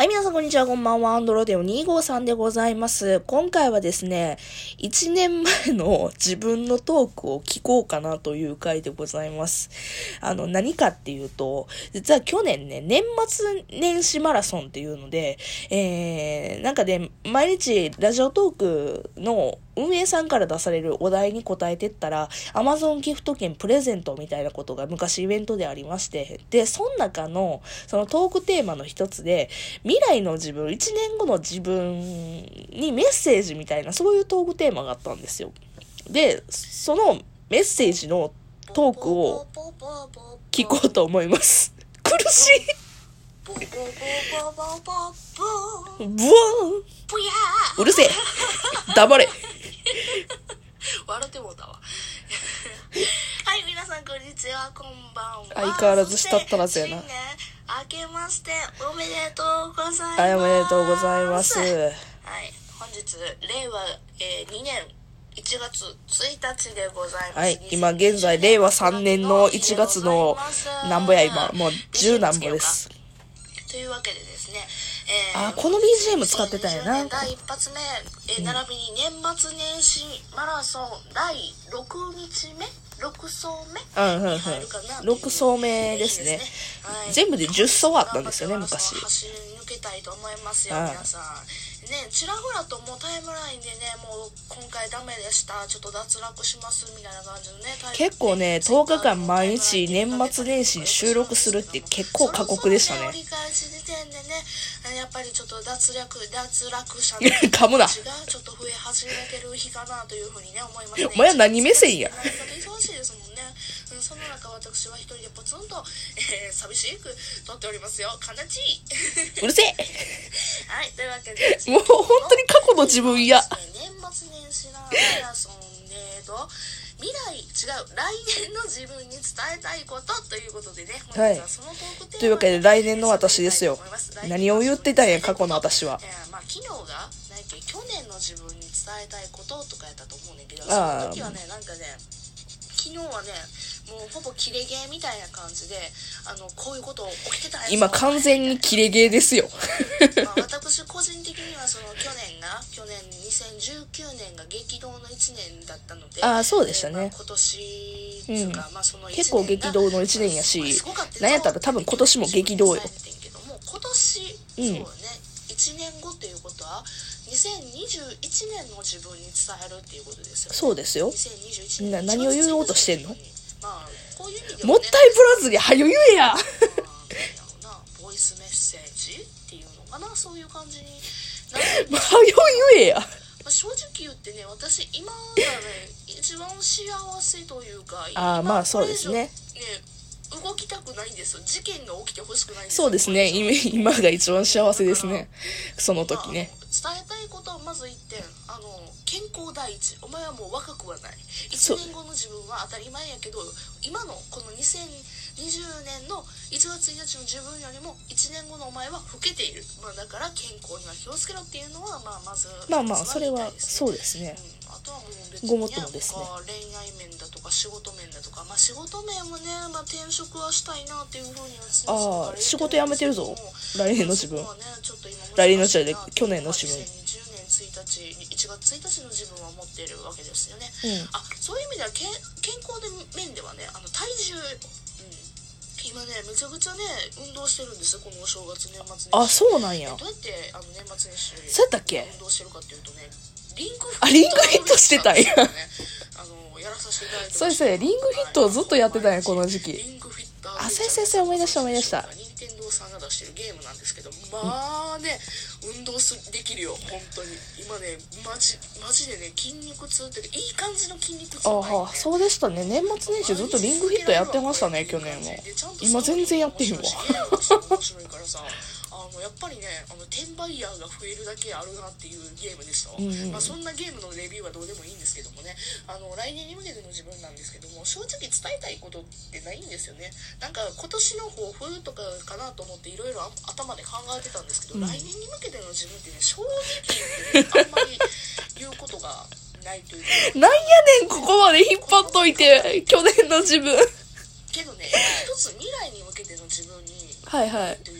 はい、皆さんこんにちは、こんばんは。アンドロデオ253でございます。今回はですね、1年前の自分のトークを聞こうかなという回でございます。何かっていうと、実は去年ね、年末年始マラソンっていうので、なんかね、毎日ラジオトークの運営さんから出されるお題に答えてったら、Amazon ギフト券プレゼントみたいなことが昔イベントでありまして、で、その中の、そのトークテーマの一つで、未来の自分、1年後の自分にメッセージみたいな、そういうトークテーマがあったんですよ。で、そのメッセージのトークを聞こうと思います。苦しい。ブワーン。うるせえ。黙れ。 笑ってもうたわ。はい、皆さんこんにちは、こんばんは。 相変わらずしたったらずやな。 新年明けましておめでとうございます。 はい、おめでとうございます。 はい、本日令和、2年1月1日でございます。 はい、今現在令和3年の1月のなんぼや今、もう10何ぼです。 というわけでですね、 この BGM 使ってたんやな。 第一発目、並びに年末年始マラソン第6日目6走目に入るかなという 6走目ですね。 はい、 全部で10走あったんですよね、昔。 走り抜けたいと思いますよ、皆さん。ね、ちらほらともうタイムラインでね、もう今回ダメでした、ちょっと脱落しますみたいな感じのね、 結構ね、10日間毎日年末年始に収録するって結構過酷でしたね。 折り返し時点でね、やっぱりちょっと脱落者の噛むな。 がちょっと増え始めてる日かなというふうにね思いますね。 お前は何目線や。 忙しいですもんね。その中私は一人でポツンと、寂しく撮っておりますよ。悲しい。 うるせえ。 はい、というわけでもう本当に過去の自分嫌。 年末年始のマラソンで来年の自分に伝えたいことということでね、本日はそのトークテーマというわけで来年の私ですよ。何を言ってたんや、過去の私は。 昨日が去年の自分に伝えたいこととかやったと思うねんけど、その時はね、なんかね、昨日はね、もうほぼキレゲーみたいな感じで、こういうこと起きてたんや。 今完全にキレゲーですよ。 私個人的にはその去年2019年が激動の1年だったので、 そうでしたね。 今年っていうか、その1年が結構激動の1年やし、なんやったら多分今年も激動よ。 今年、そうね、1年後っていうことは2021年の自分に伝えるっていうことですよね。 そうですよ。 2021年何を言おうとしてんの？ こういう意味でもったいぶらずにはよ言えや。 ボイスメッセージっていうのかな、そういう感じにはよ言えや。 正直言ってね、私今がね一番幸せというか、 そうですね。 動きたくないんですよ。事件が起きてほしくないんですよ。 そうですね。今が一番幸せですね。その時ね。 伝えたいことはまず1点、健康第一。お前はもう若くはない。1年後の自分は当たり前やけど、今のこの2020年の1月1日の自分よりも1年後のお前は老けている。だから健康には気をつけろっていうのは、まずそれはそうですね。 あとはもう別にごもっともですね。 恋愛面だとか仕事面だとか、仕事面もね、転職はしたいなっていうふうには仕事辞めてるぞ。来年の自分。来年の自分で去年の自分。 2020年1月1日の自分は持っているわけですよね。そういう意味では健康で面ではね、体重、今ねめちゃくちゃね運動してるんですよ、このお正月年末年始。 そうなんや。 どうやって年末年始そうやったっけ？ 運動してるかっていうとね、リングフィットしてたんや。 やらさせていただいて、 そうリングフィットをずっとやってたんや、この時期。 リングフィットそう思い出した。 任天堂さんが出してるゲームなんですけど、運動できるよ、本当に。今ねマジでね、筋肉痛っていい感じの筋肉痛ないよね。 そうでしたね。年末年始ずっとリングフィットやってましたね、去年も。今全然やってへんわ。 面白いからさ、やっぱりね、転売ヤーが増えるだけあるなっていうゲームでした。そんなゲームのレビューはどうでもいいんですけどもね、来年に向けての自分なんですけども、正直伝えたいことってないんですよね。なんか今年の抱負とかかなと思っていろいろ頭で考えてたんですけど、来年に向けての自分ってね、正直言ってね、あんまり言うことがないというか。 なんやねん、ここまで引っ張っといて、去年の自分。 けどね、一つ未来に向けての自分に、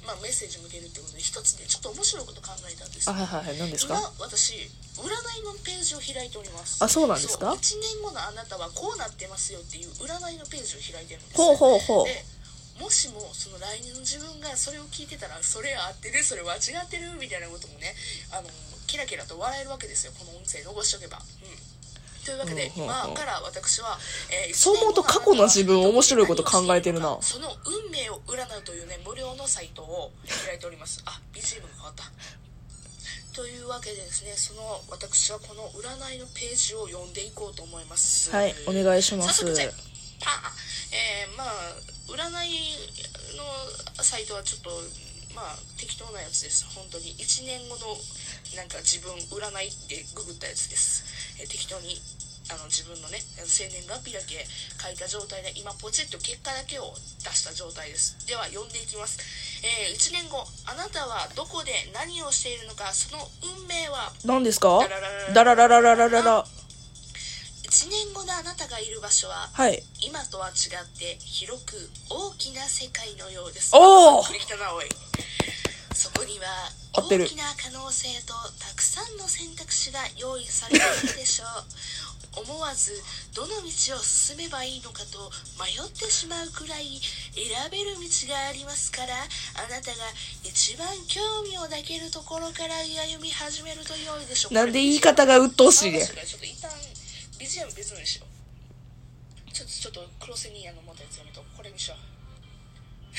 まあ、メッセージ向けるってことで、一つねちょっと面白いこと考えたんですよ。 はいはいはい、何ですか？ 今私占いのページを開いております。 あ、そうなんですか？ 1年後のあなたはこうなってますよっていう占いのページを開いてるんです。 ほうほうほう。 でもしもその来年の自分がそれを聞いてたら、それ合ってる、それ間違ってるみたいなこともね、キラキラと笑えるわけですよ、この音声残しておけば。というわけで、今から私は、 そう思うと過去の自分面白いこと考えてるな。 その運命を占うというね、無料のサイトを開いております。あ、BGM が変わった。というわけでですね、私はこの占いのページを読んでいこうと思います。 はい、お願いします。 早速まあ占いのサイトはちょっと適当なやつです。本当に1年後のなんか自分占いってググったやつです。適当に自分のね生年月日だけ書いた状態で、今ポチッと結果だけを出した状態です。では読んでいきます。1年後あなたはどこで何をしているのか、その運命は何ですか？ダラララララララ。 1年後のあなたがいる場所は、 はい、 今とは違って広く大きな世界のようです。 おお、 そこには大きな可能性とたくさんの選択肢が用意されているでしょう。思わずどの道を進めばいいのかと迷ってしまうくらい選べる道がありますから、あなたが一番興味を抱けるところから歩み始めると良いでしょう。 なんで言い方が鬱陶しいね。 ちょっと一旦BGM 別のにしよう。ちょっと黒瀬に持ったやつ読みとこれにしよう。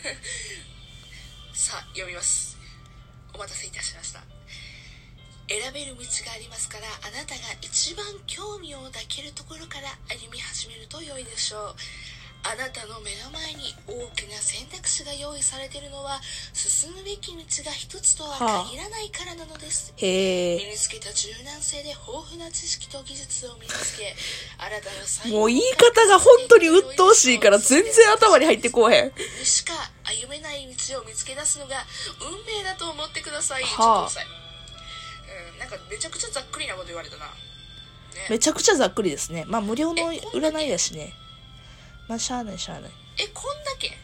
さあ読みます。お待たせいたしました。選べる道がありますから、あなたが一番興味を抱けるところから歩み始めると良いでしょう。あなたの目の前に大きな選択肢が用意されているのは、進むべき道が一つとは限らないからなのです。身につけた柔軟性で豊富な知識と技術を身につけ、新たな才能を、もう言い方が本当に鬱陶しいから全然頭に入ってこうへん。しか歩めない道を見つけ出すのが運命だと思ってください。ちょっとください。なんかめちゃくちゃざっくりなこと言われたな、ね、 めちゃくちゃざっくりですね。まあ無料の占いだしね。まあしゃあないしゃあない。 こんだけ？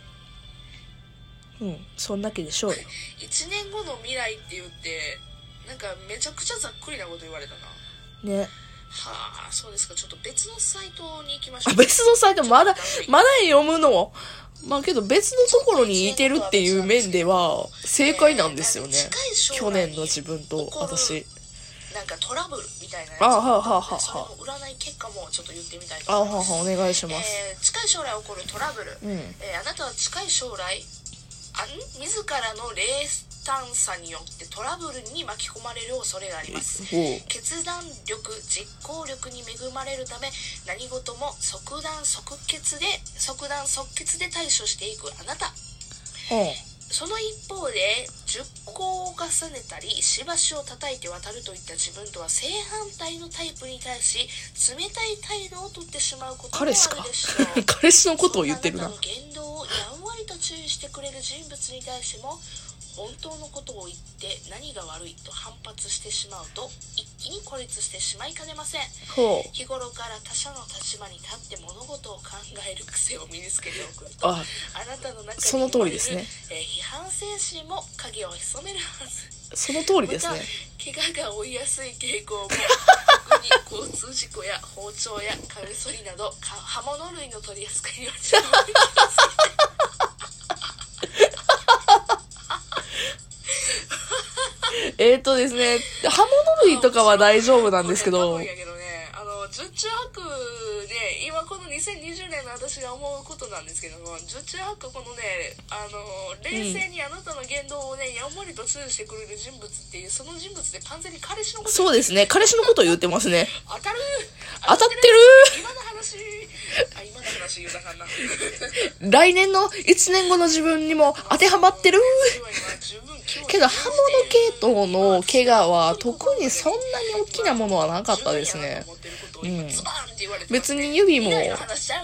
そんだけでしょうよ。 1年後の未来って言ってなんかめちゃくちゃざっくりなこと言われたな。 ね。 はあ、そうですか。ちょっと別のサイトに行きましょう。 別のサイトまだ読むの。まあけど別のところにいてるっていう面では正解なんですよね。去年の自分と私。 なんかトラブルみたいなやつ。それの占い結果もちょっと言ってみたいと思います。 お願いします。 近い将来起こるトラブル。あなたは近い将来自らの冷淡さによってトラブルに巻き込まれる恐れがあります。決断力、実行力に恵まれるため、何事も即断即決で対処していくあなた。その一方で熟考を重ねたりしばしを叩いて渡るといった自分とは正反対のタイプに対し冷たい態度をとってしまうこともあるでしょう。 彼氏のことを言ってるな。 あなたの言動をやんわりと注意してくれる人物に対しても、本当のことを言って何が悪いと反発してしまうと一気に孤立してしまいかねません。日頃から他者の立場に立って物事を考える癖を身につけておくと、あなたの中にその通りですね。 批判精神も影を潜めるはず。 その通りですね。 怪我が負いやすい傾向も特に交通事故や包丁やカミソリなど刃物類の取り扱いには注意してください。 ですね、刃物類とかは大丈夫なんですけど、 十中八九で今この2020年の私が思うことなんですけども、十中八九このね冷静にあなたの言動をねやんわりと注意してくれる人物っていう、その人物で完全に彼氏のこと。 そうですね、彼氏のことを言ってますね。 当たってる今の話言うたかな。 来年の1年後の自分にも当てはまってる。けど刃物系統の怪我は特にそんなに大きなものはなかったですね。別に指もね、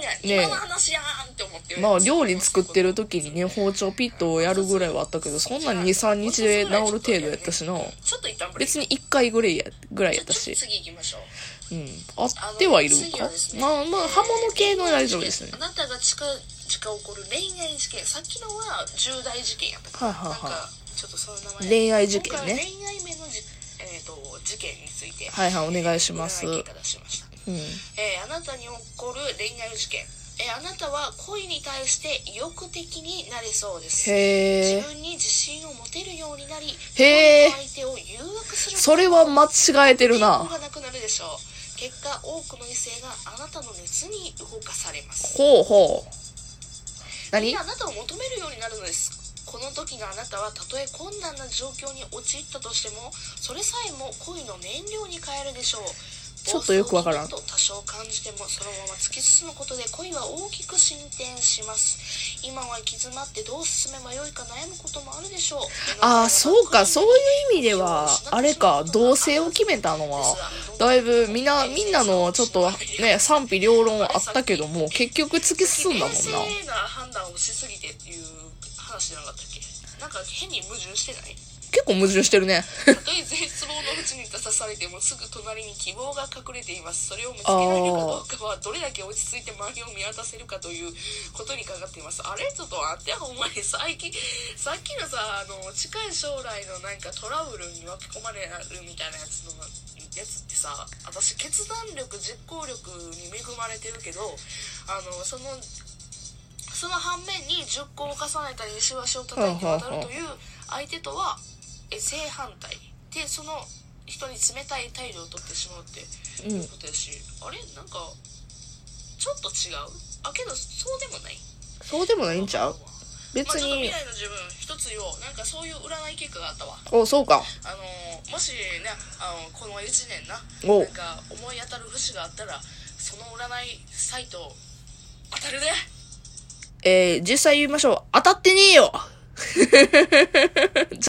まあ料理作ってる時にね包丁ピットをやるぐらいはあったけど、そんな 2,3 日で治る程度やったしな。別に1回ぐらいやったし、あってはいるか。まあ刃物系の大丈夫ですね。 あなたが近起こる恋愛事件、さっきのは重大事件やったはいはいはい、 なんかちょっとその名前恋愛事件ね。 今回恋愛面の事件について、 はいはい、お願いします。 結果出しました。あなたに起こる恋愛事件。あなたは恋に対して意欲的になれそうです。自分に自信を持てるようになり、相手を誘惑する。 それは間違えてるな。 がなくなるでしょう。結果、多くの異性があなたの熱に動かされます。 ほうほう。 みんなあなたを求めるようになるのです。この時のあなたはたとえ困難な状況に陥ったとしても、それさえも恋の燃料に変えるでしょう。 ちょっとよくわからん。 多少感じてもそのまま突き進むことで恋は大きく進展します。今は行き詰まってどう進めばよいか悩むこともあるでしょう。 ああ、そうか、そういう意味ではあれか、同棲を決めたのはだいぶみんなのちょっとね賛否両論あったけども、結局突き進んだもんな。 冷静な判断をしすぎてっていう話じゃなかったっけ。なんか変に矛盾してない？ 結構矛盾してるね。 たとえ絶望の淵に立たされてもすぐ隣に希望が隠れています。それを見つけられるかどうかはどれだけ落ち着いて周りを見渡せるかということにかかっています。あれちょっと待って、ほんまにさっきのさ近い将来のなんかトラブルに巻き込まれるみたいなやつってさ、私決断力実行力に恵まれてるけど、その反面に10個を重ねたり石橋を叩いて渡るという相手とは正反対で、その人に冷たい態度を取ってしまうっていうことやし、あれなんかちょっと違う。けどそうでもないんちゃう。別に、 ちょっと未来の自分一つよ、なんかそういう占い結果があったわ。 お、そうか。 もしねこの1年なんか思い当たる節があったら、その占いサイト当たるで。 実際言いましょう。当たってねえよ